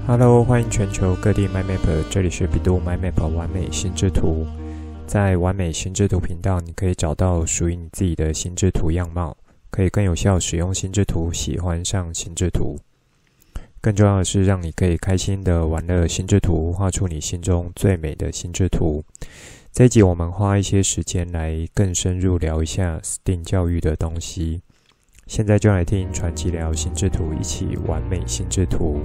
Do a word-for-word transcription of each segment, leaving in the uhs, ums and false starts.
Hello， 欢迎全球各地 MyMapper， 这里是比度 MyMapper 完美心智图。在完美心智图频道，你可以找到属于你自己的心智图样貌，可以更有效使用心智图，喜欢上心智图。更重要的是，让你可以开心的玩乐心智图，画出你心中最美的心智图。这一集我们花一些时间来更深入聊一下 S T E A M 教育的东西。现在就来听传奇聊心智图，一起完美心智图。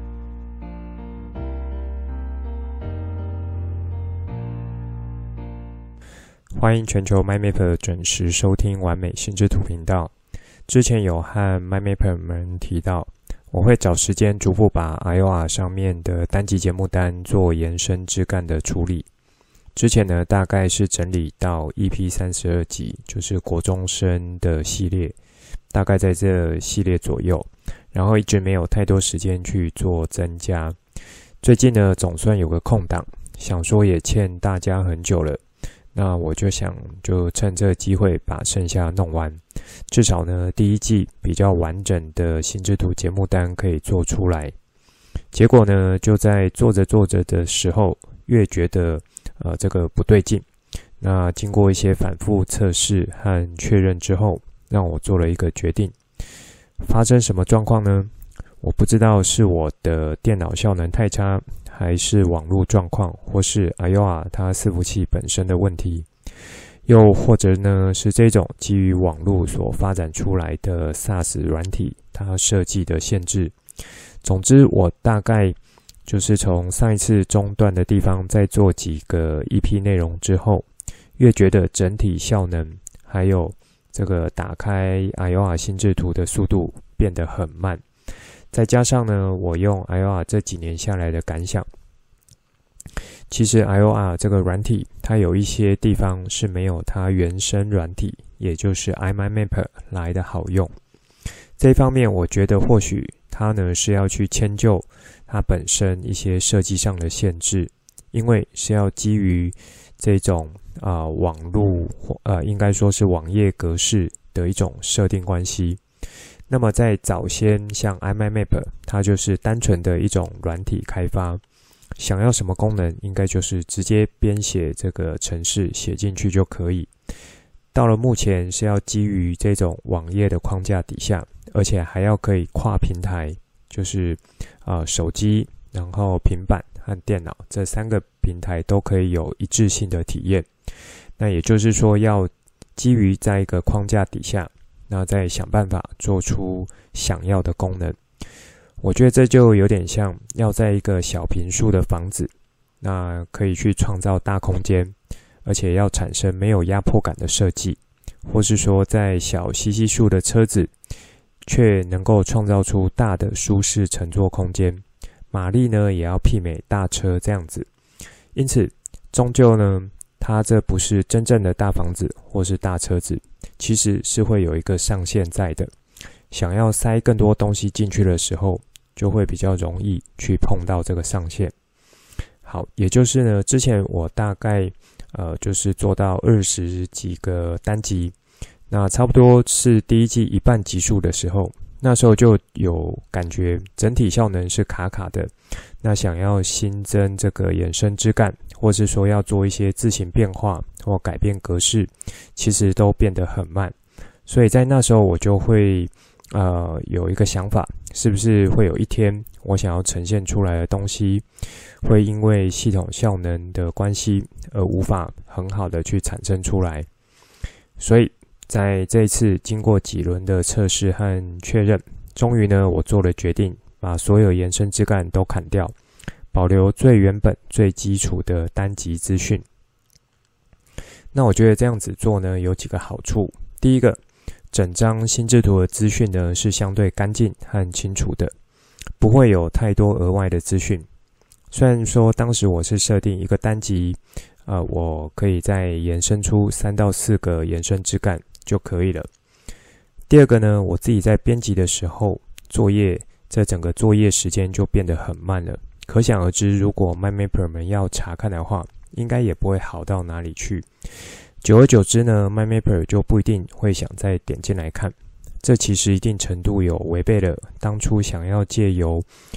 欢迎全球 MyMapper 准时收听完美心智图频道。之前有和 MyMapper 们提到，我会找时间逐步把 I O R 上面的单集节目单做延伸枝干的处理。之前呢，大概是整理到 E P 三十二集，就是国中生的系列，大概在这系列左右，然后一直没有太多时间去做增加。最近呢，总算有个空档，想说也欠大家很久了。那我就想就趁这个机会把剩下弄完，至少呢第一季比较完整的心智图节目单可以做出来。结果呢就在做着做着的时候，越觉得呃这个不对劲。那经过一些反复测试和确认之后，让我做了一个决定。发生什么状况呢？我不知道是我的电脑效能太差，还是网络状况，或是 I O R 它伺服器本身的问题，又或者呢是这种基于网络所发展出来的 SaaS 软体它设计的限制。总之我大概就是从上一次中断的地方再做几个 E P 内容之后，越觉得整体效能还有这个打开 I O R 心智图的速度变得很慢。再加上呢，我用 I O R 这几年下来的感想，其实 I O R 这个软体，它有一些地方是没有它原生软体，也就是 iMyMapper 来的好用。这一方面，我觉得或许它呢是要去迁就它本身一些设计上的限制，因为是要基于这种啊、呃、网络呃应该说是网页格式的一种设定关系。那么在早先像 iMyMapper 它就是单纯的一种软体开发，想要什么功能应该就是直接编写这个程式写进去就可以。到了目前是要基于这种网页的框架底下，而且还要可以跨平台，就是呃手机，然后平板和电脑这三个平台都可以有一致性的体验。那也就是说要基于在一个框架底下，那再想办法做出想要的功能。我觉得这就有点像要在一个小坪数的房子，那可以去创造大空间，而且要产生没有压迫感的设计，或是说在小稀稀数的车子，却能够创造出大的舒适乘坐空间，马力呢也要媲美大车这样子。因此，终究呢，它这不是真正的大房子或是大车子，其实是会有一个上限在的。想要塞更多东西进去的时候，就会比较容易去碰到这个上限。好，也就是呢，之前我大概呃就是做到二十几个单集，那差不多是第一季一半集数的时候，那时候就有感觉整体效能是卡卡的。那想要新增这个衍生枝干，或是说要做一些字形变化或改变格式，其实都变得很慢。所以在那时候我就会呃有一个想法，是不是会有一天我想要呈现出来的东西，会因为系统效能的关系而无法很好的去产生出来。所以在这一次经过几轮的测试和确认，终于呢我做了决定，把所有延伸枝干都砍掉，保留最原本最基础的单集资讯。那我觉得这样子做呢有几个好处。第一个，整张心智图的资讯呢是相对干净和清楚的，不会有太多额外的资讯。虽然说当时我是设定一个单集，呃，我可以再延伸出三到四个延伸枝干就可以了。第二个呢，我自己在编辑的时候，作业这整个作业时间就变得很慢了。可想而知，如果 MyMapper 们要查看的话，应该也不会好到哪里去。久而久之呢 ，MyMapper 就不一定会想再点进来看。这其实一定程度有违背了当初想要借由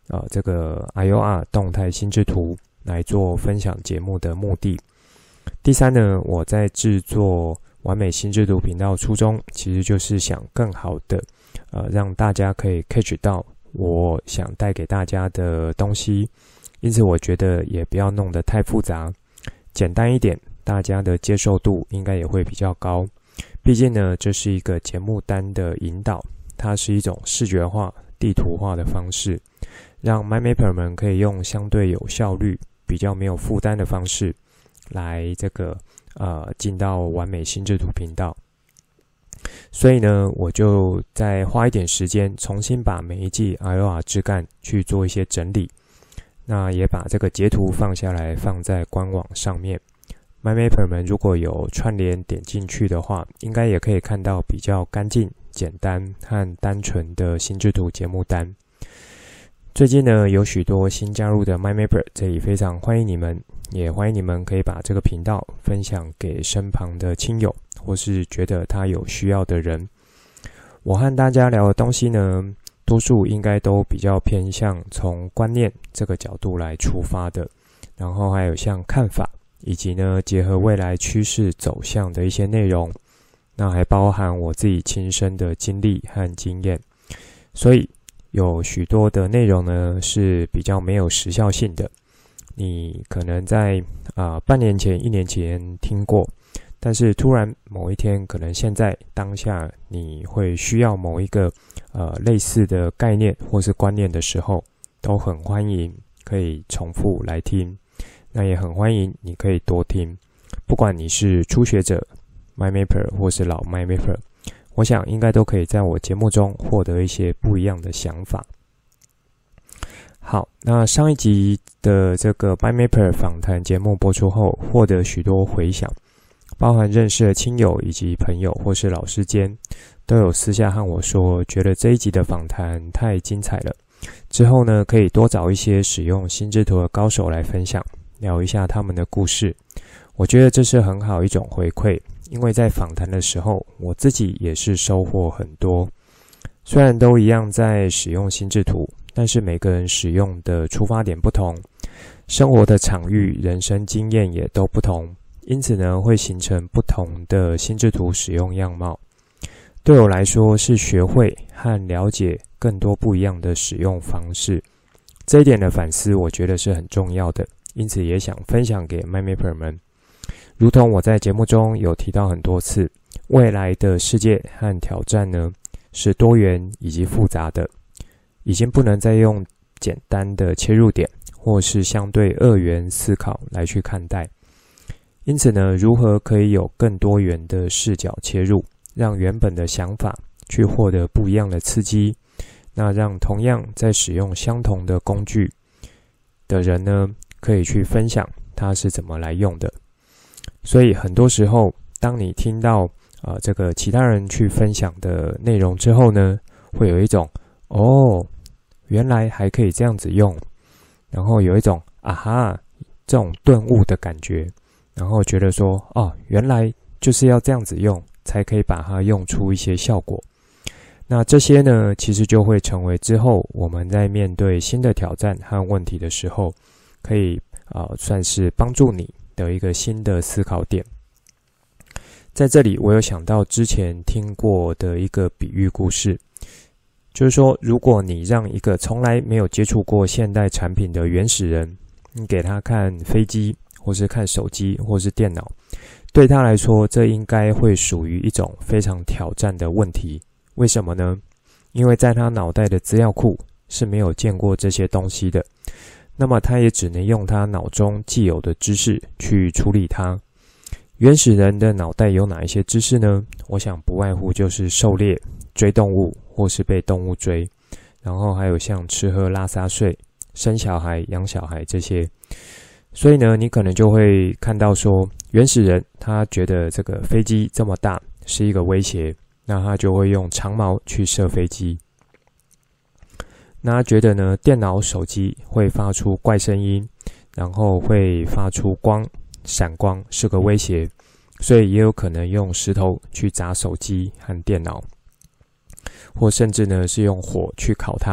呃这个 I O R 动态心智图来做分享节目的目的。第三呢，我在制作完美心智图频道初衷其实就是想更好的呃让大家可以 catch 到我想带给大家的东西，因此我觉得也不要弄得太复杂，简单一点，大家的接受度应该也会比较高。毕竟呢，这是一个节目单的引导，它是一种视觉化、地图化的方式，让 MyMapper 们可以用相对有效率、比较没有负担的方式来这个呃进到完美心智图频道。所以呢，我就再花一点时间重新把每一季 I O R 枝干去做一些整理，那也把这个截图放下来放在官网上面。MyMapper 们如果有串联点进去的话，应该也可以看到比较干净、简单和单纯的心智图节目单。最近呢，有许多新加入的 MyMapper， 这里非常欢迎你们，也欢迎你们可以把这个频道分享给身旁的亲友，或是觉得他有需要的人。我和大家聊的东西呢，多数应该都比较偏向从观念这个角度来出发的，然后还有像看法，以及呢结合未来趋势走向的一些内容，那还包含我自己亲身的经历和经验。所以有许多的内容呢是比较没有时效性的，你可能在啊、呃、半年前、一年前听过，但是突然某一天，可能现在当下你会需要某一个呃类似的概念或是观念的时候，都很欢迎可以重复来听，那也很欢迎你可以多听，不管你是初学者 MyMapper 或是老 MyMapper， 我想应该都可以在我节目中获得一些不一样的想法。好，那上一集的这个 MyMapper 访谈节目播出后，获得许多回响，包含认识的亲友以及朋友或是老师间，都有私下和我说，觉得这一集的访谈太精彩了，之后呢可以多找一些使用心智图的高手来分享，聊一下他们的故事。我觉得这是很好一种回馈，因为在访谈的时候，我自己也是收获很多。虽然都一样在使用心智图，但是每个人使用的出发点不同，生活的场域、人生经验也都不同，因此呢，会形成不同的心智图使用样貌。对我来说，是学会和了解更多不一样的使用方式。这一点的反思，我觉得是很重要的，因此也想分享给 MyMapper 们。如同我在节目中有提到很多次，未来的世界和挑战呢，是多元以及复杂的，已经不能再用简单的切入点或是相对二元思考来去看待。因此呢，如何可以有更多元的视角切入，让原本的想法去获得不一样的刺激，那让同样在使用相同的工具的人呢，可以去分享他是怎么来用的。所以很多时候，当你听到呃这个其他人去分享的内容之后呢，会有一种哦，原来还可以这样子用，然后有一种啊哈这种顿悟的感觉。然后觉得说，哦，原来就是要这样子用，才可以把它用出一些效果。那这些呢，其实就会成为之后我们在面对新的挑战和问题的时候，可以呃算是帮助你的一个新的思考点。在这里，我有想到之前听过的一个比喻故事，就是说，如果你让一个从来没有接触过现代产品的原始人，你给他看飞机，或是看手机，或是电脑，对他来说，这应该会属于一种非常挑战的问题。为什么呢？因为在他脑袋的资料库是没有见过这些东西的，那么他也只能用他脑中既有的知识去处理它。原始人的脑袋有哪一些知识呢？我想不外乎就是狩猎、追动物，或是被动物追，然后还有像吃喝拉撒睡、生小孩、养小孩这些。所以呢，你可能就会看到说，原始人他觉得这个飞机这么大是一个威胁，那他就会用长矛去射飞机。那他觉得呢，电脑、手机会发出怪声音，然后会发出光、闪光，是个威胁，所以也有可能用石头去砸手机和电脑，或甚至呢是用火去烤它，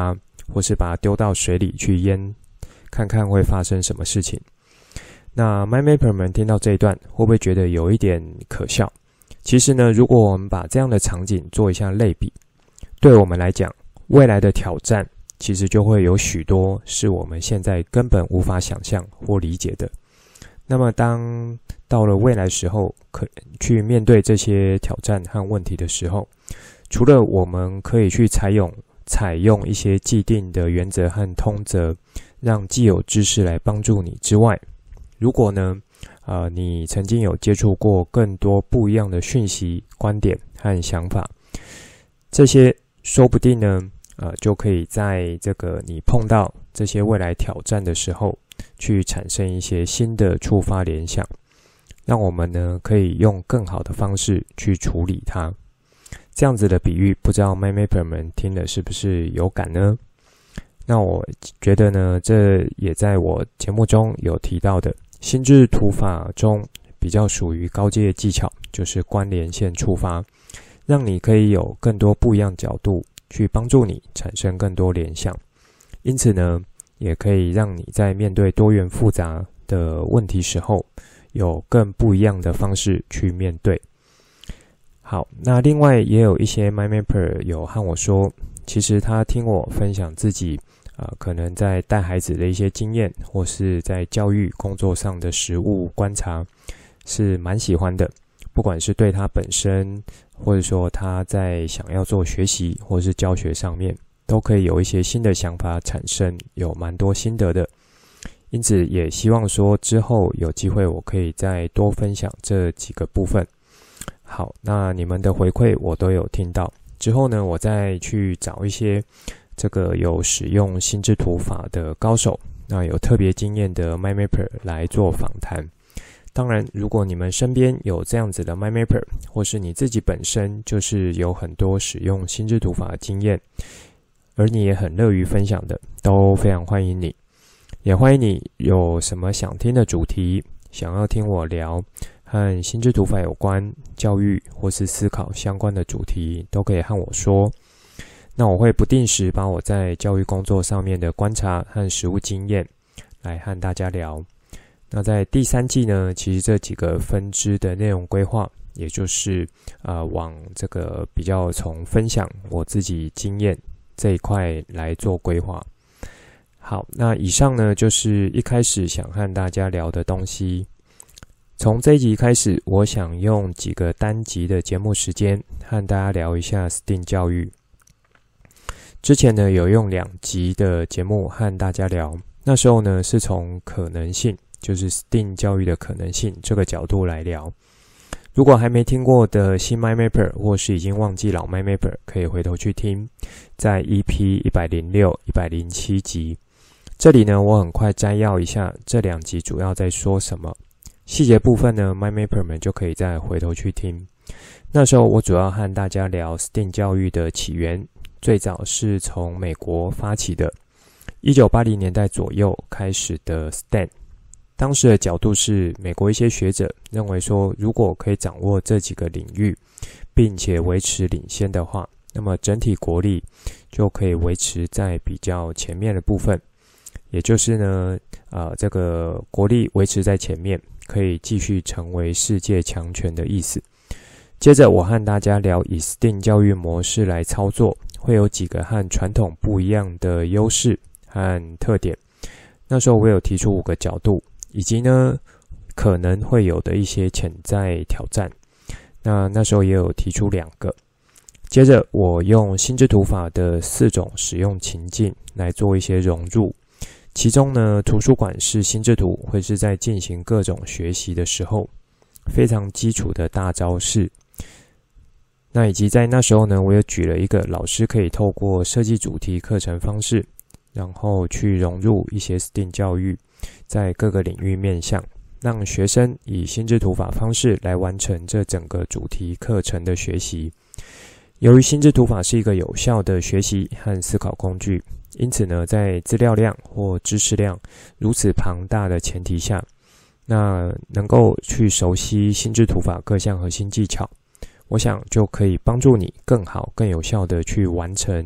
或是把它丢到水里去淹，看看会发生什么事情。那 MyMapper 们听到这一段，会不会觉得有一点可笑？其实呢，如果我们把这样的场景做一下类比，对我们来讲，未来的挑战其实就会有许多是我们现在根本无法想象或理解的。那么当到了未来时候，可去面对这些挑战和问题的时候，除了我们可以去采用采用一些既定的原则和通则，让既有知识来帮助你之外，如果呢，呃，你曾经有接触过更多不一样的讯息、观点和想法，这些说不定呢，呃，就可以在这个你碰到这些未来挑战的时候，去产生一些新的触发联想，让我们呢可以用更好的方式去处理它。这样子的比喻，不知道 MyMapper 们听了是不是有感呢？那我觉得呢，这也在我节目中有提到的心智图法中比较属于高阶技巧，就是关联线触发，让你可以有更多不一样角度去帮助你产生更多联想。因此呢，也可以让你在面对多元复杂的问题时候，有更不一样的方式去面对。好，那另外也有一些 MyMapper 有和我说，其实他听我分享自己呃，可能在带孩子的一些经验，或是在教育工作上的实务观察，是蛮喜欢的。不管是对他本身，或者说他在想要做学习或是教学上面，都可以有一些新的想法产生，有蛮多心得的。因此也希望说之后有机会我可以再多分享这几个部分。好，那你们的回馈我都有听到，之后呢，我再去找一些这个有使用心智图法的高手，那有特别经验的 MyMapper 来做访谈。当然，如果你们身边有这样子的 MyMapper， 或是你自己本身就是有很多使用心智图法的经验，而你也很乐于分享的，都非常欢迎你。也欢迎你有什么想听的主题，想要听我聊和心智图法有关、教育或是思考相关的主题，都可以和我说。那我会不定时把我在教育工作上面的观察和实务经验来和大家聊。那在第三季呢，其实这几个分支的内容规划，也就是呃往这个比较从分享我自己经验这一块来做规划。好，那以上呢就是一开始想和大家聊的东西。从这一集开始，我想用几个单集的节目时间和大家聊一下 S T E A M 教育。之前呢有用两集的节目和大家聊，那时候呢是从可能性，就是 S T E A M 教育的可能性这个角度来聊。如果还没听过的新 MyMapper 或是已经忘记老 MyMapper， 可以回头去听，在 E P 一百零六、一百零七集。这里呢我很快摘要一下这两集主要在说什么，细节部分呢 MyMapper 们就可以再回头去听。那时候我主要和大家聊 S T E A M 教育的起源，最早是从美国发起的，一九八零年代左右开始的 S T E A M。 当时的角度是美国一些学者认为说，如果可以掌握这几个领域并且维持领先的话，那么整体国力就可以维持在比较前面的部分，也就是呢呃，这个国力维持在前面，可以继续成为世界强权的意思。接着我和大家聊以 S T E A M 教育模式来操作，会有几个和传统不一样的优势和特点。那时候我有提出五个角度，以及呢可能会有的一些潜在挑战。那那时候也有提出两个。接着我用心智图法的四种使用情境来做一些融入。其中呢，图书馆式心智图会是在进行各种学习的时候非常基础的大招式。那以及在那时候呢，我也举了一个老师可以透过设计主题课程方式，然后去融入一些 S T E A M 教育在各个领域面向，让学生以心智图法方式来完成这整个主题课程的学习。由于心智图法是一个有效的学习和思考工具，因此呢，在资料量或知识量如此庞大的前提下，那能够去熟悉心智图法各项核心技巧，我想就可以帮助你更好、更有效的去完成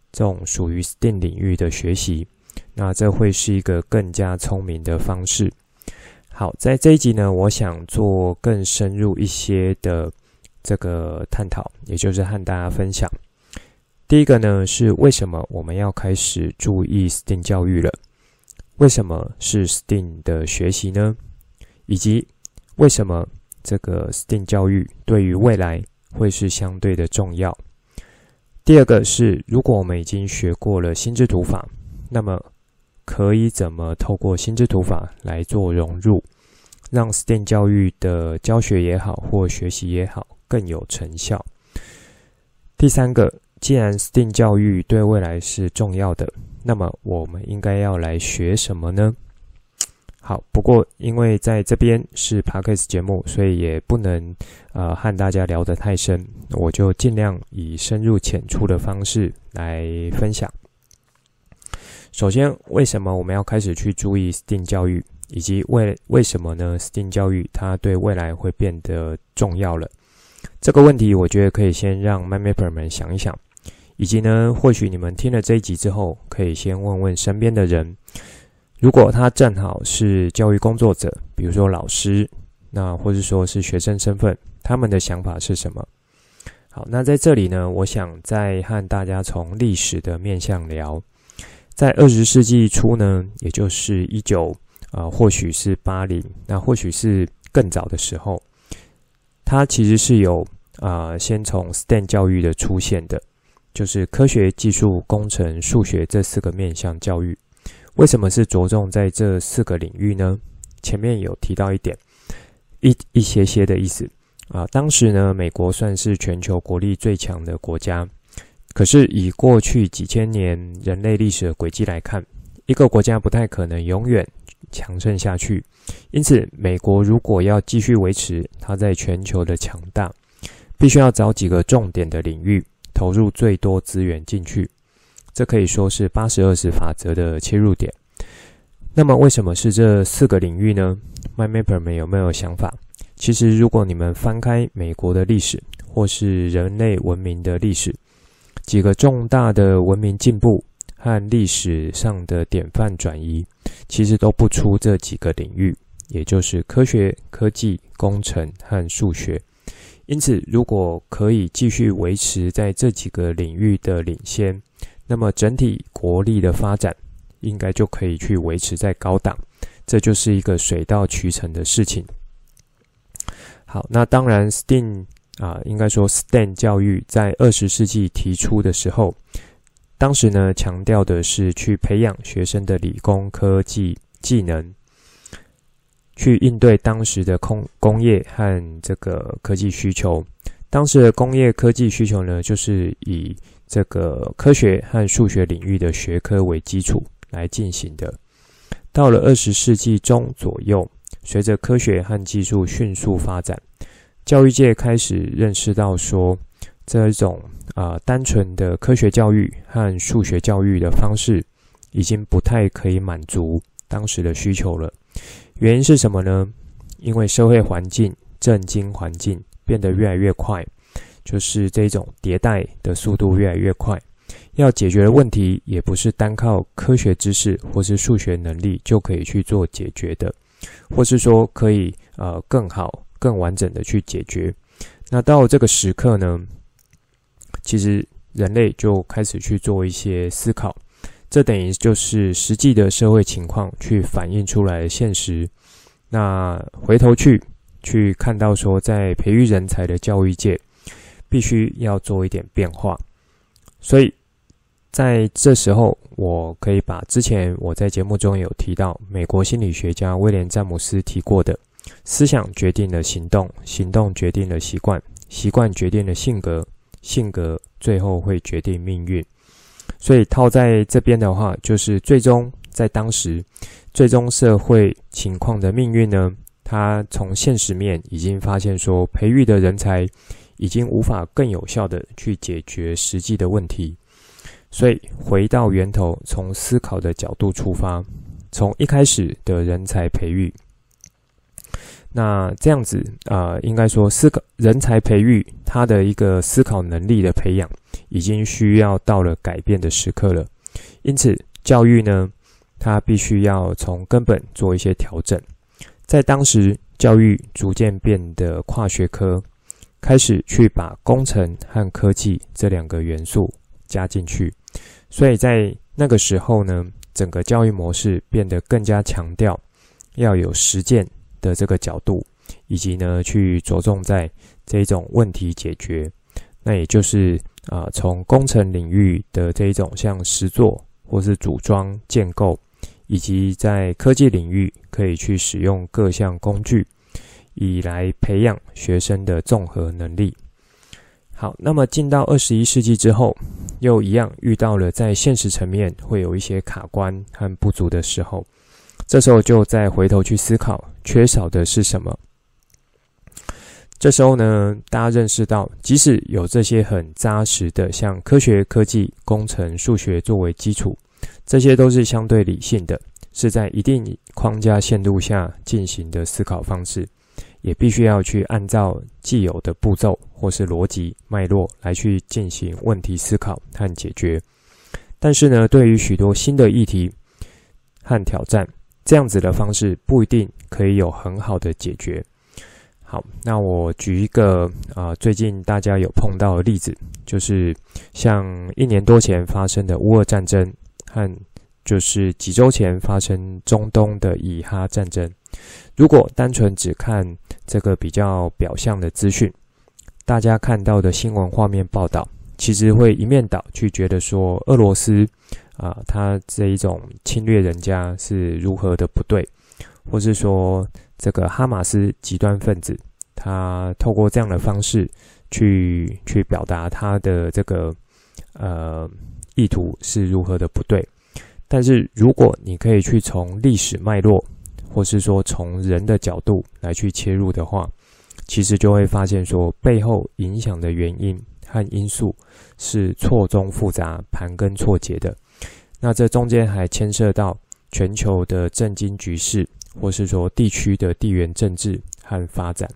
这种属于 S T E A M 领域的学习，那这会是一个更加聪明的方式。好，在这一集呢，我想做更深入一些的这个探讨，也就是和大家分享。第一个呢，是为什么我们要开始注意 S T E A M 教育了？为什么是 S T E A M 的学习呢？以及为什么这个 S T E A M 教育对于未来会是相对的重要？第二个是，如果我们已经学过了心智图法，那么可以怎么透过心智图法来做融入，让 S T E A M 教育的教学也好或学习也好更有成效？第三个，既然 S T E A M 教育对未来是重要的，那么我们应该要来学什么呢？好，不过因为在这边是 Podcast 节目，所以也不能呃和大家聊得太深，我就尽量以深入浅出的方式来分享。首先，为什么我们要开始去注意 S T E A M 教育，以及为为什么呢 S T E A M 教育它对未来会变得重要了？这个问题我觉得可以先让 MyMapper 们想一想，以及呢，或许你们听了这一集之后，可以先问问身边的人，如果他正好是教育工作者，比如说老师，那或是说是学生身份，他们的想法是什么？好，那在这里呢，我想再和大家从历史的面向聊。在二十世纪初呢，也就是一九呃，或许是八零，那或许是更早的时候，它其实是有啊、呃，先从 S T E A M 教育的出现的，就是科学、技术、工程、数学这四个面向教育。为什么是着重在这四个领域呢？前面有提到一点，一一些些的意思啊。当时呢，美国算是全球国力最强的国家，可是以过去几千年人类历史的轨迹来看，一个国家不太可能永远强盛下去。因此，美国如果要继续维持它在全球的强大，必须要找几个重点的领域，投入最多资源进去。这可以说是八十二十法则的切入点。那么为什么是这四个领域呢？ MyMapper 们有没有想法？其实如果你们翻开美国的历史，或是人类文明的历史，几个重大的文明进步和历史上的典范转移，其实都不出这几个领域，也就是科学、科技、工程和数学。因此，如果可以继续维持在这几个领域的领先，那么整体国力的发展应该就可以去维持在高档，这就是一个水到渠成的事情。好，那当然 S T E A M 啊，应该说 S T E A M 教育在二十世纪提出的时候，当时呢强调的是去培养学生的理工科技技能，去应对当时的工工业和这个科技需求。当时的工业科技需求呢，就是以这个科学和数学领域的学科为基础来进行的。到了二十世纪中左右，随着科学和技术迅速发展，教育界开始认识到说，这种啊、呃、单纯的科学教育和数学教育的方式，已经不太可以满足当时的需求了。原因是什么呢？因为社会环境、政经环境变得越来越快，就是这种迭代的速度越来越快，要解决的问题也不是单靠科学知识或是数学能力就可以去做解决的，或是说可以呃更好、更完整的去解决。那到这个时刻呢，其实人类就开始去做一些思考，这等于就是实际的社会情况去反映出来的现实。那回头去去看到说，在培育人才的教育界，必须要做一点变化。所以在这时候，我可以把之前我在节目中有提到美国心理学家威廉詹姆斯提过的思想决定了行动，行动决定了习惯，习惯决定了性格，性格最后会决定命运。所以套在这边的话，就是最终在当时最终社会情况的命运呢，他从现实面已经发现说，培育的人才已经无法更有效的去解决实际的问题。所以回到源头，从思考的角度出发，从一开始的人才培育，那这样子啊、呃，应该说思考人才培育他的一个思考能力的培养， 已经需要到了改变的时刻了。因此，教育呢，它必须要从根本做一些调整。在当时，教育逐渐变得跨学科，开始去把工程和科技这两个元素加进去。所以在那个时候呢，整个教育模式变得更加强调要有实践的这个角度，以及呢去着重在这种问题解决。那也就是啊、呃，从工程领域的这一种像实作或是组装建构，以及在科技领域可以去使用各项工具，以来培养学生的综合能力。好，那么进到二十一世纪之后，又一样遇到了在现实层面会有一些卡关和不足的时候，这时候就再回头去思考缺少的是什么。这时候呢，大家认识到，即使有这些很扎实的像科学、科技、工程、数学作为基础，这些都是相对理性的，是在一定框架限度下进行的思考方式，也必须要去按照既有的步骤或是逻辑脉络来去进行问题思考和解决。但是呢，对于许多新的议题和挑战，这样子的方式不一定可以有很好的解决。好，那我举一个啊、呃，最近大家有碰到的例子，就是像一年多前发生的乌俄战争，和就是几周前发生中东的以哈战争。如果单纯只看这个比较表象的资讯，大家看到的新闻画面报道，其实会一面倒去觉得说俄罗斯啊、呃，他这一种侵略人家是如何的不对，或是说这个哈马斯极端分子，他透过这样的方式去去表达他的这个呃意图是如何的不对。但是如果你可以去从历史脉络，或是说从人的角度来去切入的话，其实就会发现说背后影响的原因和因素是错综复杂、盘根错节的。那这中间还牵涉到全球的政经局势，或是说地区的地缘政治和发展。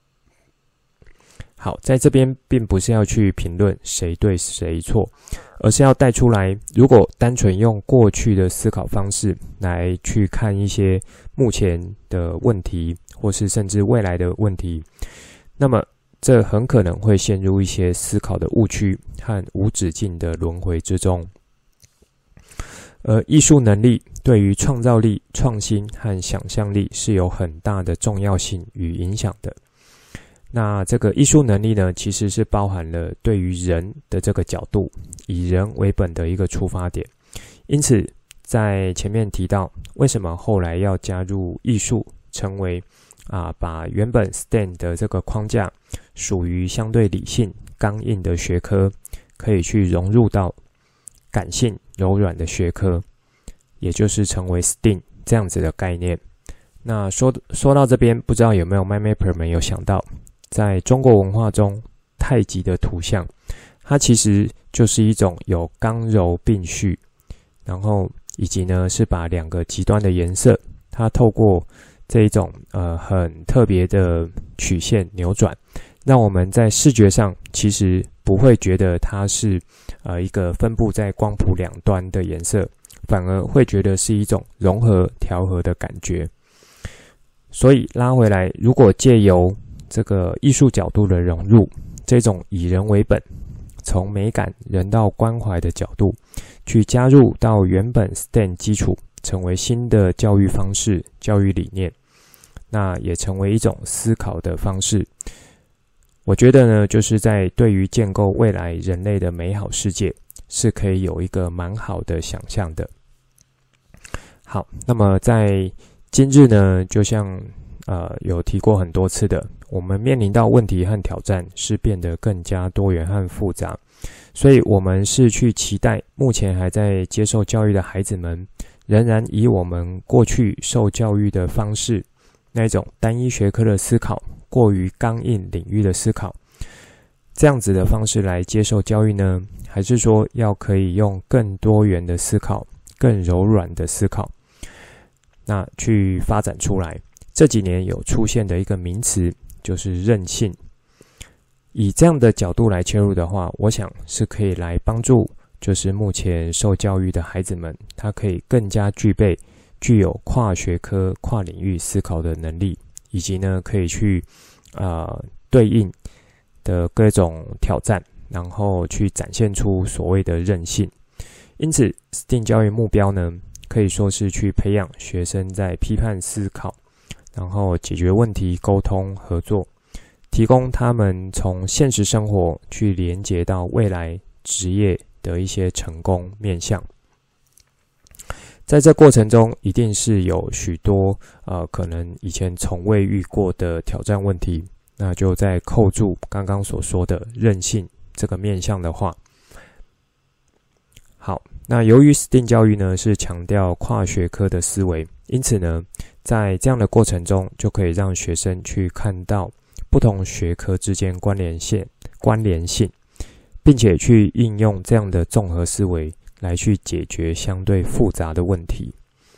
好，在这边并不是要去评论谁对谁错，而是要带出来，如果单纯用过去的思考方式来去看一些目前的问题，或是甚至未来的问题，那么这很可能会陷入一些思考的误区和无止境的轮回之中。而艺术能力对于创造力、创新和想象力是有很大的重要性与影响的。那这个艺术能力呢，其实是包含了对于人的这个角度，以人为本的一个出发点。因此，在前面提到，为什么后来要加入艺术，成为啊，把原本 S T E M 的这个框架属于相对理性、刚硬的学科，可以去融入到感性、柔软的学科，也就是成为 S T E A M 这样子的概念。那说说到这边，不知道有没有 MyMapper 们有想到，在中国文化中，太极的图像，它其实就是一种有刚柔并蓄，然后以及呢是把两个极端的颜色，它透过这一种呃很特别的曲线扭转，让我们在视觉上其实不会觉得它是呃一个分布在光谱两端的颜色，反而会觉得是一种融合调和的感觉。所以拉回来，如果借由这个艺术角度的融入，这种以人为本，从美感、人道关怀的角度去加入到原本 S T E M 基础，成为新的教育方式、教育理念，那也成为一种思考的方式。我觉得呢，就是在对于建构未来人类的美好世界，是可以有一个蛮好的想象的。好，那么在今日呢，就像呃有提过很多次的，我们面临到问题和挑战是变得更加多元和复杂，所以我们是去期待目前还在接受教育的孩子们，仍然以我们过去受教育的方式，那种单一学科的思考，过于刚硬领域的思考，这样子的方式来接受教育呢？还是说要可以用更多元的思考，更柔软的思考，那去发展出来？这几年有出现的一个名词就是韧性。 以这样的角度来切入的话，我想是可以来帮助就是目前受教育的孩子们，他可以更加具备具有跨学科跨领域思考的能力，以及呢可以去呃对应的各种挑战，然后去展现出所谓的韧性。因此 S T E A M 教育目标呢，可以说是去培养学生在批判思考，然后解决问题、沟通、合作，提供他们从现实生活去连接到未来职业的一些成功面向。在这过程中，一定是有许多呃可能以前从未遇过的挑战问题，那就在扣住刚刚所说的韧性这个面向的话，好，那由于 S T E A M 教育呢是强调跨学科的思维，因此呢，在这样的过程中，就可以让学生去看到不同学科之间关联线、关联性，并且去应用这样的综合思维来去解决相对复杂的问题。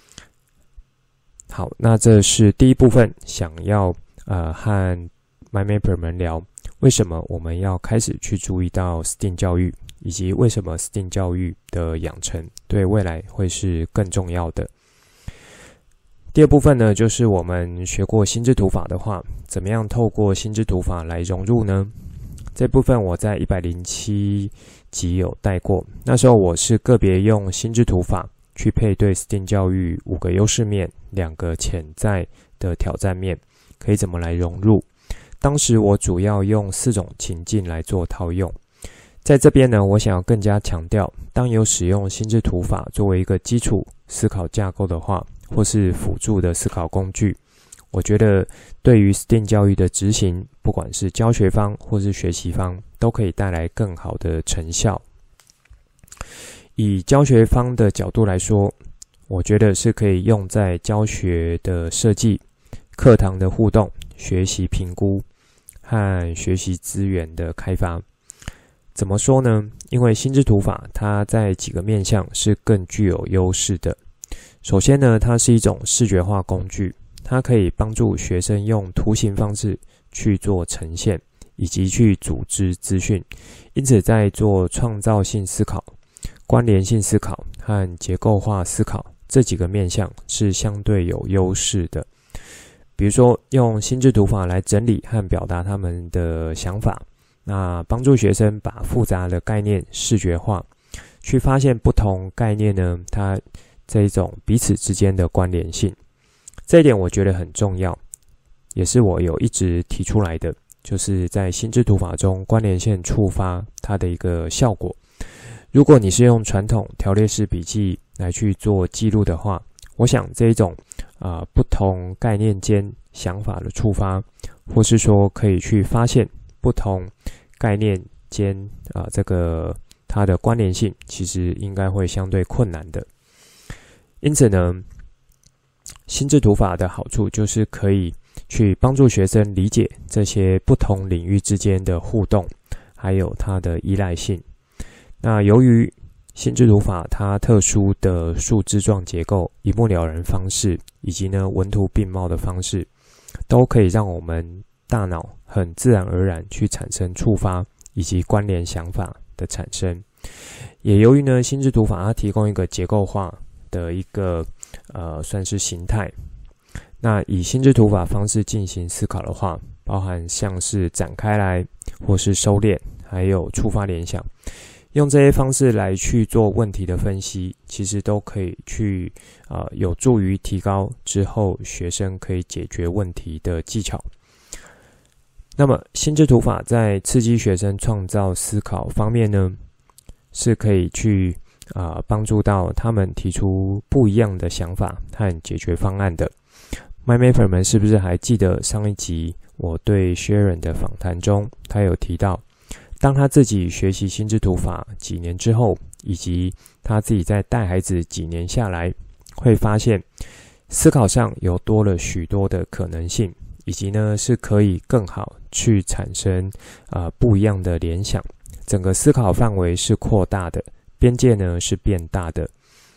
好，那这是第一部分，想要呃和 MyMapper 们聊为什么我们要开始去注意到 S T E A M 教育，以及为什么 S T E A M 教育的养成对未来会是更重要的。第二部分呢，就是我们学过心智图法的话，怎么样透过心智图法来融入呢？这部分我在一百零七集有带过，那时候我是个别用心智图法去配对 S T E A M 教育五个优势面，两个潜在的挑战面，可以怎么来融入。当时我主要用四种情境来做套用。在这边呢，我想要更加强调，当有使用心智图法作为一个基础思考架构的话，或是辅助的思考工具，我觉得对于 S T E A M 教育的执行，不管是教学方或是学习方，都可以带来更好的成效。以教学方的角度来说，我觉得是可以用在教学的设计、课堂的互动、学习评估和学习资源的开发。怎么说呢？因为心智图法它在几个面向是更具有优势的。首先呢，它是一种视觉化工具，它可以帮助学生用图形方式去做呈现，以及去组织资讯。因此在做创造性思考、关联性思考和结构化思考这几个面向是相对有优势的。比如说用心智图法来整理和表达他们的想法，那帮助学生把复杂的概念视觉化，去发现不同概念呢，它这一种彼此之间的关联性。这一点我觉得很重要，也是我有一直提出来的，就是在心智图法中关联线触发它的一个效果。如果你是用传统条列式笔记来去做记录的话，我想这一种啊、呃、不同概念间想法的触发，或是说可以去发现不同概念间啊、呃、这个它的关联性，其实应该会相对困难的。因此呢，心智图法的好处就是可以去帮助学生理解这些不同领域之间的互动，还有它的依赖性。那由于心智图法它特殊的树枝状结构、一目了然方式，以及呢文图并茂的方式，都可以让我们大脑很自然而然去产生触发以及关联想法的产生。也由于呢心智图法它提供一个结构化的一个呃算是形态，那以心智图法方式进行思考的话，包含像是展开来或是收敛，还有触发联想，用这些方式来去做问题的分析，其实都可以去呃有助于提高之后学生可以解决问题的技巧。那么心智图法在刺激学生创造思考方面呢，是可以去啊、呃，帮助到他们提出不一样的想法和解决方案的。MyMapper 们是不是还记得上一集我对 Sharon 的访谈中，他有提到，当他自己学习心智图法几年之后，以及他自己在带孩子几年下来，会发现思考上有多了许多的可能性，以及呢是可以更好去产生呃不一样的联想，整个思考范围是扩大的，边界呢是变大的。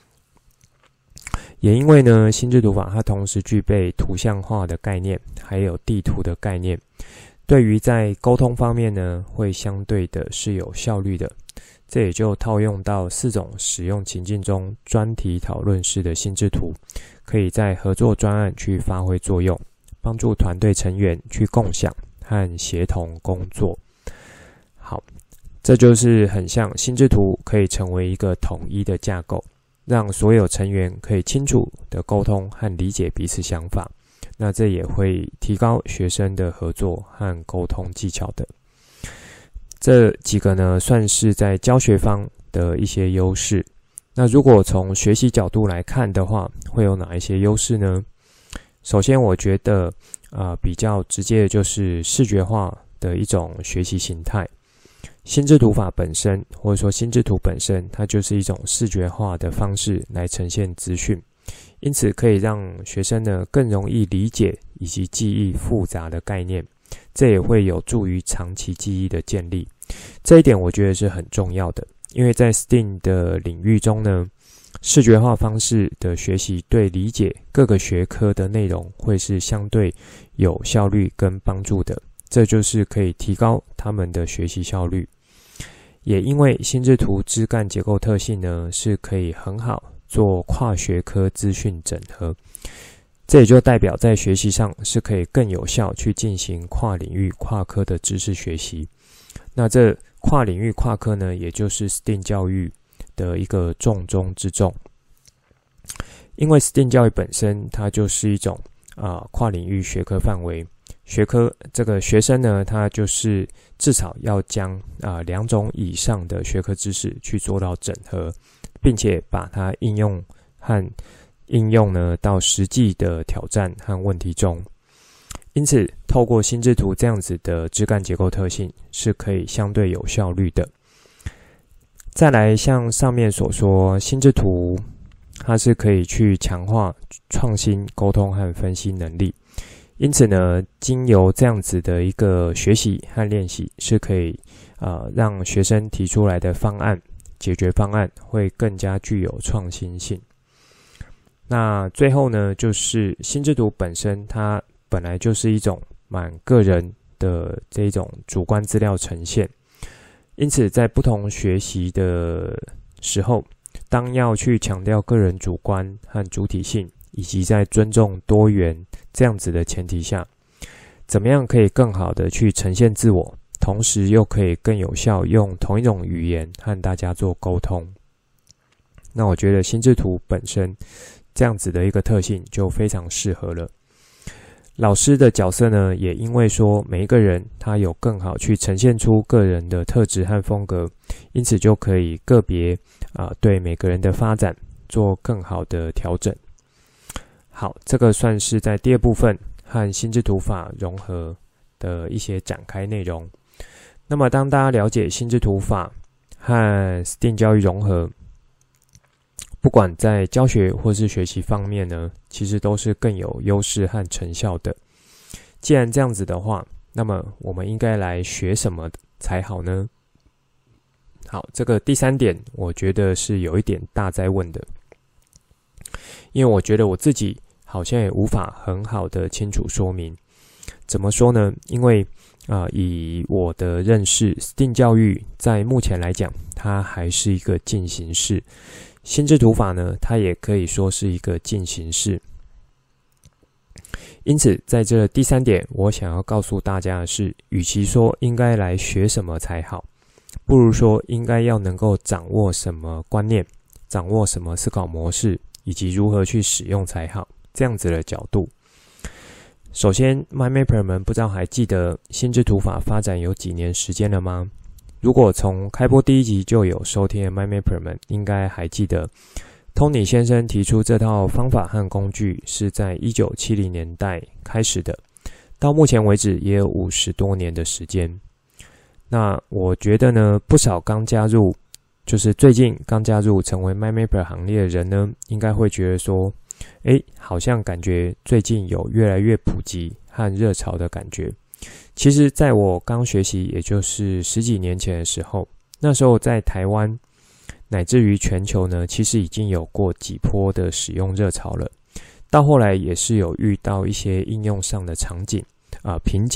也因为呢心智图法它同时具备图像化的概念，还有地图的概念。 对于在沟通方面呢，会相对的是有效率的。这也就套用到四种使用情境中专题讨论式的心智图，可以在合作专案去发挥作用，帮助团队成员去共享和协同工作。好，这就是很像心智图可以成为一个统一的架构，让所有成员可以清楚的沟通和理解彼此想法。那这也会提高学生的合作和沟通技巧的。这几个呢，算是在教学方的一些优势。那如果从学习角度来看的话，会有哪一些优势呢？首先，我觉得呃比较直接的就是视觉化的一种学习形态。心智图法本身，或者说心智图本身，它就是一种视觉化的方式来呈现资讯，因此可以让学生呢更容易理解以及记忆复杂的概念。这也会有助于长期记忆的建立，这一点我觉得是很重要的，因为在 S T E A M 的领域中呢，视觉化方式的学习对理解各个学科的内容会是相对有效率跟帮助的，这就是可以提高他们的学习效率。也因为心智图枝干结构特性呢，是可以很好做跨学科资讯整合，这也就代表在学习上是可以更有效去进行跨领域跨科的知识学习。那这跨领域跨科呢，也就是 S T E A M 教育的一个重中之重。因为 S T E A M 教育本身它就是一种啊、呃、跨领域学科范围，学科这个学生呢，他就是至少要将啊、呃、两种以上的学科知识去做到整合，并且把它应用和应用呢到实际的挑战和问题中。因此透过心智图这样子的枝干结构特性是可以相对有效率的。再来像上面所说，心智图它是可以去强化创新沟通和分析能力，因此呢经由这样子的一个学习和练习，是可以呃让学生提出来的方案解决方案会更加具有创新性。那最后呢，就是心智图本身它本来就是一种蛮个人的这种主观资料呈现，因此在不同学习的时候，当要去强调个人主观和主体性，以及在尊重多元这样子的前提下，怎么样可以更好的去呈现自我，同时又可以更有效用同一种语言和大家做沟通。那我觉得心智图本身这样子的一个特性就非常适合了。老师的角色呢，也因为说每一个人他有更好去呈现出个人的特质和风格，因此就可以个别啊、呃、对每个人的发展做更好的调整。好，这个算是在第二部分和心智图法融合的一些展开内容。那么当大家了解心智图法和 S T E A M 教育融合，不管在教学或是学习方面呢，其实都是更有优势和成效的。既然这样子的话，那么我们应该来学什么才好呢？好，这个第三点我觉得是有一点大哉问的，因为我觉得我自己好像也无法很好的清楚说明。怎么说呢？因为啊、呃，以我的认识 ，S T E A M 教育在目前来讲，它还是一个进行式。心智图法呢，它也可以说是一个进行式。因此，在这第三点，我想要告诉大家的是，与其说应该来学什么才好，不如说应该要能够掌握什么观念，掌握什么思考模式，以及如何去使用才好，这样子的角度。首先 ，MyMapper 们不知道还记得心智图法发展有几年时间了吗？如果从开播第一集就有收听的 MyMapper 们，应该还记得 Tony 先生提出这套方法和工具是在一九七零年代开始的，到目前为止也有五十多年的时间。那我觉得呢，不少刚加入，就是最近刚加入成为 MyMapper 行列的人呢，应该会觉得说，诶，好像感觉最近有越来越普及和热潮的感觉。其实在我刚学习也就是十几年前的时候，那时候在台湾乃至于全球呢，其实已经有过几波的使用热潮了，到后来也是有遇到一些应用上的场景啊、呃、瓶颈，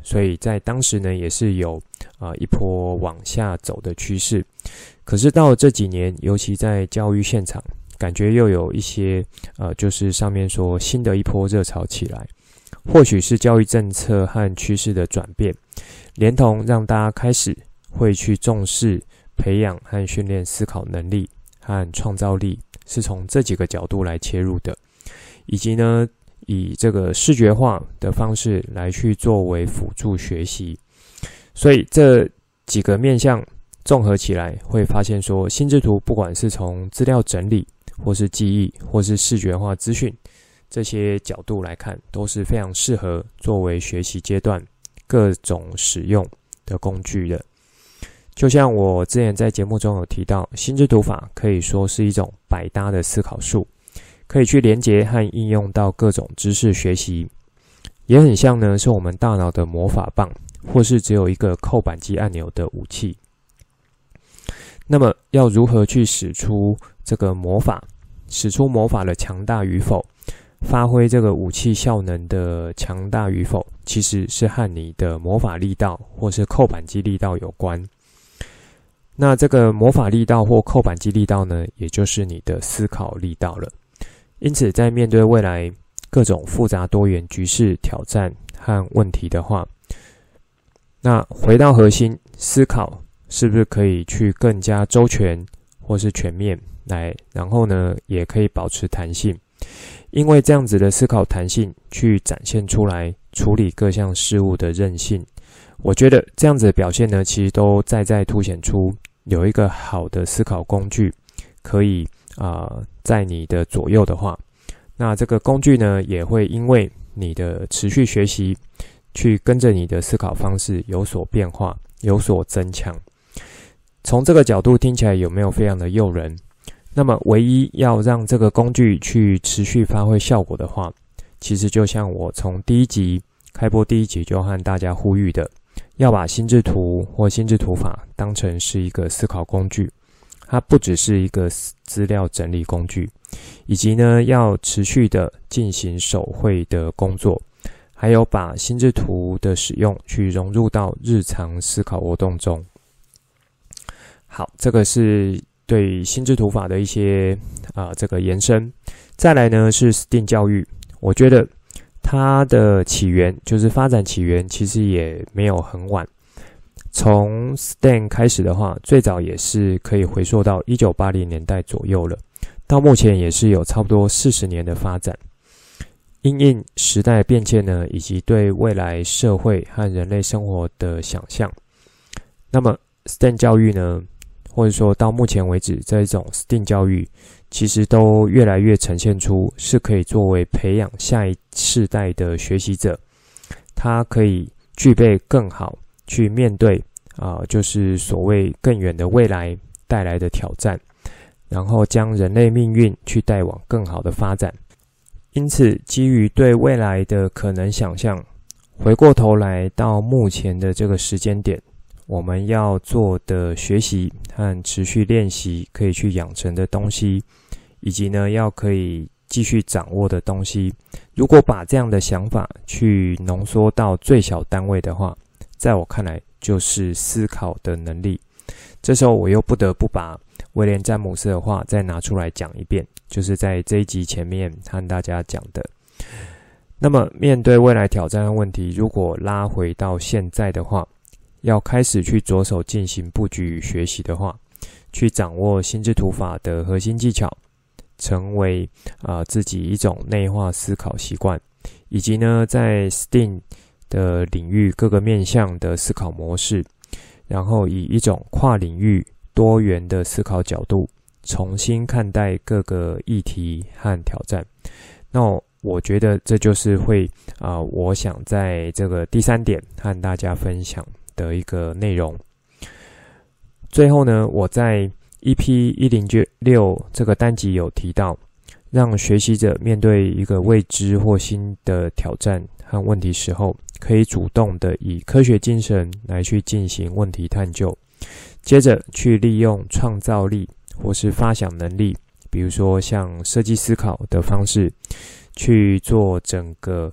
所以在当时呢也是有啊、呃、一波往下走的趋势。可是到了这几年，尤其在教育现场，感觉又有一些呃就是上面说新的一波热潮起来，或许是教育政策和趋势的转变，连同让大家开始会去重视培养和训练思考能力和创造力，是从这几个角度来切入的，以及呢以这个视觉化的方式来去作为辅助学习。所以这几个面向综合起来，会发现说心智图不管是从资料整理或是记忆或是视觉化资讯这些角度来看，都是非常适合作为学习阶段各种使用的工具的。就像我之前在节目中有提到，心智图法可以说是一种百搭的思考术，可以去连结和应用到各种知识学习，也很像呢是我们大脑的魔法棒，或是只有一个扣扳机按钮的武器。那么要如何去使出这个魔法，使出魔法的强大与否，发挥这个武器效能的强大与否，其实是和你的魔法力道或是扣扳机力道有关。那这个魔法力道或扣扳机力道呢，也就是你的思考力道了。因此在面对未来各种复杂多元局势挑战和问题的话，那回到核心，思考是不是可以去更加周全或是全面来，然后呢也可以保持弹性，因为这样子的思考弹性去展现出来处理各项事物的韧性，我觉得这样子的表现呢，其实都在在凸显出有一个好的思考工具可以啊、呃、在你的左右的话，那这个工具呢也会因为你的持续学习去跟着你的思考方式有所变化，有所增强。从这个角度听起来有没有非常的诱人？那么唯一要让这个工具去持续发挥效果的话，其实就像我从第一集开播第一集就和大家呼吁的，要把心智图或心智图法当成是一个思考工具，它不只是一个资料整理工具，以及呢要持续的进行手绘的工作，还有把心智图的使用去融入到日常思考活动中。好，这个是对心智图法的一些啊、呃、这个延伸。再来呢是 S T E A M 教育，我觉得它的起源就是发展起源其实也没有很晚。从 S T E A M 开始的话，最早也是可以回溯到一九八零年代左右了，到目前也是有差不多四十年的发展。因应时代变迁呢，以及对未来社会和人类生活的想象，那么 S T E A M 教育呢，或者说到目前为止这种 S T E A M 教育其实都越来越呈现出是可以作为培养下一世代的学习者，他可以具备更好去面对啊、呃，就是所谓更远的未来带来的挑战，然后将人类命运去带往更好的发展。因此基于对未来的可能想象，回过头来到目前的这个时间点，我们要做的学习和持续练习可以去养成的东西，以及呢要可以继续掌握的东西，如果把这样的想法去浓缩到最小单位的话，在我看来就是思考的能力。这时候我又不得不把威廉詹姆斯的话再拿出来讲一遍，就是在这一集前面和大家讲的。那么面对未来挑战和问题，如果拉回到现在的话，要开始去着手进行布局与学习的话，去掌握心智图法的核心技巧，成为、呃、自己一种内化思考习惯，以及呢在 S T E A M 的领域各个面向的思考模式，然后以一种跨领域多元的思考角度重新看待各个议题和挑战。那我觉得这就是会啊、呃，我想在这个第三点和大家分享的一个内容。最后呢，我在 E P 一零六 这个单集有提到，让学习者面对一个未知或新的挑战和问题时候，可以主动的以科学精神来去进行问题探究，接着去利用创造力或是发想能力，比如说像设计思考的方式，去做整个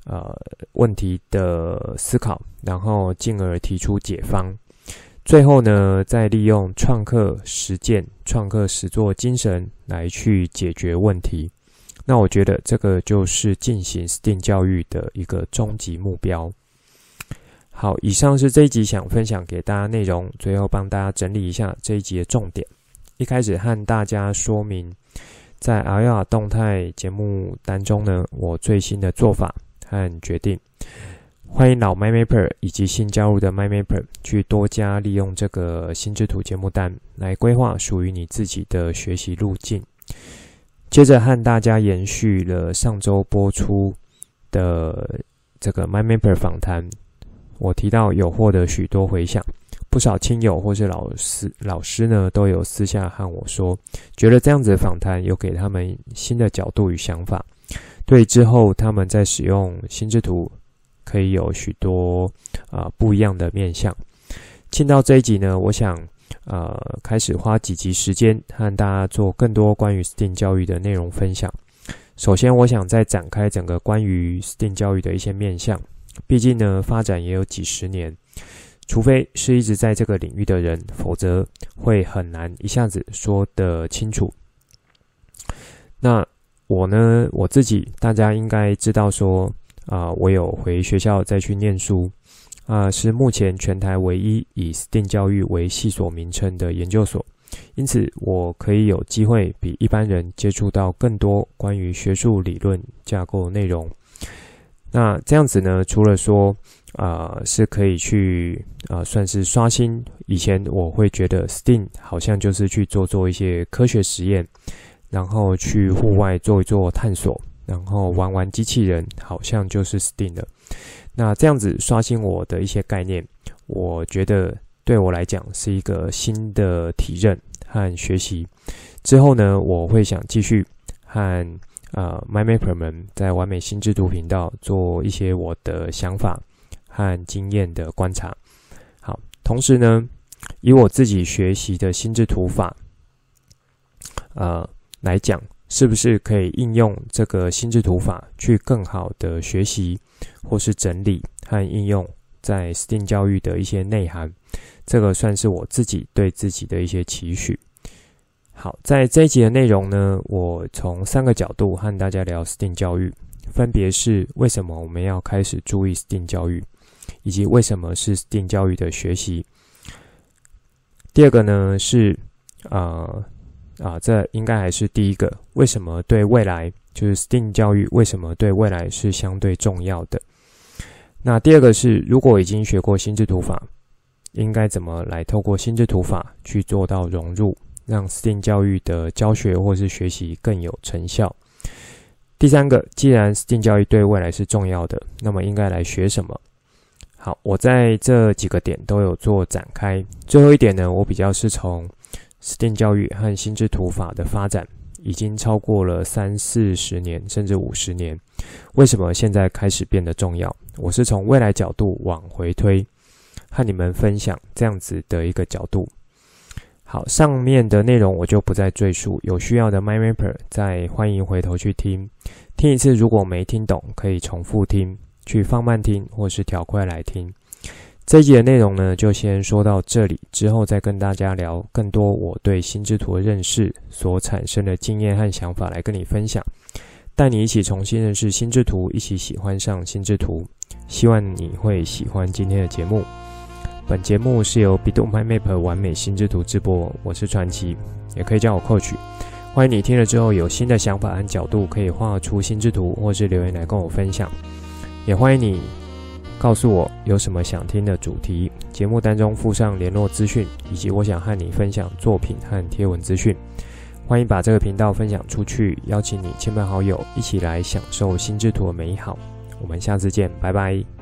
呃问题的思考，然后进而提出解方。最后呢，再利用创客实践、创客实作精神来去解决问题。那我觉得这个就是进行 S T E A M 教育的一个终极目标。好，以上是这一集想分享给大家内容，最后帮大家整理一下这一集的重点。一开始和大家说明，在 A R A 动态节目当中呢，我最新的做法和决定。欢迎老 MyMapper 以及新加入的 MyMapper 去多加利用这个心智图节目单来规划属于你自己的学习路径。接着和大家延续了上周播出的这个 MyMapper 访谈，我提到有获得许多回响，不少亲友或是老师老师呢都有私下和我说，觉得这样子的访谈有给他们新的角度与想法，对之后他们在使用心智图可以有许多呃不一样的面向。进到这一集呢，我想呃开始花几集时间和大家做更多关于 S T E A M 教育的内容分享。首先我想再展开整个关于 S T E A M 教育的一些面向，毕竟呢发展也有几十年，除非是一直在这个领域的人，否则会很难一下子说得清楚。那我呢我自己大家应该知道说啊、呃，我有回学校再去念书啊、呃，是目前全台唯一以 S T E A M 教育为系所名称的研究所，因此我可以有机会比一般人接触到更多关于学术理论架构内容。那这样子呢，除了说啊、呃、是可以去啊、呃、算是刷新，以前我会觉得 S T E A M 好像就是去做做一些科学实验，然后去户外做一做探索，然后玩玩机器人，好像就是 S T E A M 的。那这样子刷新我的一些概念，我觉得对我来讲是一个新的体认和学习。之后呢，我会想继续和呃 MyMapper 们在完美心智图频道做一些我的想法和经验的观察。好，同时呢，以我自己学习的心智图法，呃来讲，是不是可以应用这个心智图法去更好的学习或是整理和应用在 S T E A M 教育的一些内涵，这个算是我自己对自己的一些期许。好，在这一集的内容呢，我从三个角度和大家聊 S T E A M 教育，分别是为什么我们要开始注意 S T E A M 教育，以及为什么是 S T E A M 教育的学习。第二个呢是呃啊，这应该还是第一个，为什么对未来就是 S T E A M 教育为什么对未来是相对重要的。那第二个是，如果已经学过心智图法，应该怎么来透过心智图法去做到融入，让 S T E A M 教育的教学或是学习更有成效。第三个，既然 S T E A M 教育对未来是重要的，那么应该来学什么？好，我在这几个点都有做展开。最后一点呢，我比较是从S T E A M 教育和心智图法的发展已经超过了三四十年甚至五十年，为什么现在开始变得重要？我是从未来角度往回推，和你们分享这样子的一个角度。好，上面的内容我就不再赘述，有需要的 MyMapper 再欢迎回头去听，听一次如果没听懂可以重复听，去放慢听或是调快来听。这一集的内容呢，就先说到这里，之后再跟大家聊更多我对心智图的认识所产生的经验和想法来跟你分享，带你一起重新认识心智图，一起喜欢上心智图。希望你会喜欢今天的节目。本节目是由 Bidoo MyMapper 完美心智图直播，我是传奇，也可以叫我 Coach。欢迎你听了之后有新的想法和角度，可以画出心智图，或是留言来跟我分享。也欢迎你告诉我有什么想听的主题，节目当中附上联络资讯，以及我想和你分享作品和贴文资讯。欢迎把这个频道分享出去，邀请你亲朋好友一起来享受心智图的美好。我们下次见，拜拜。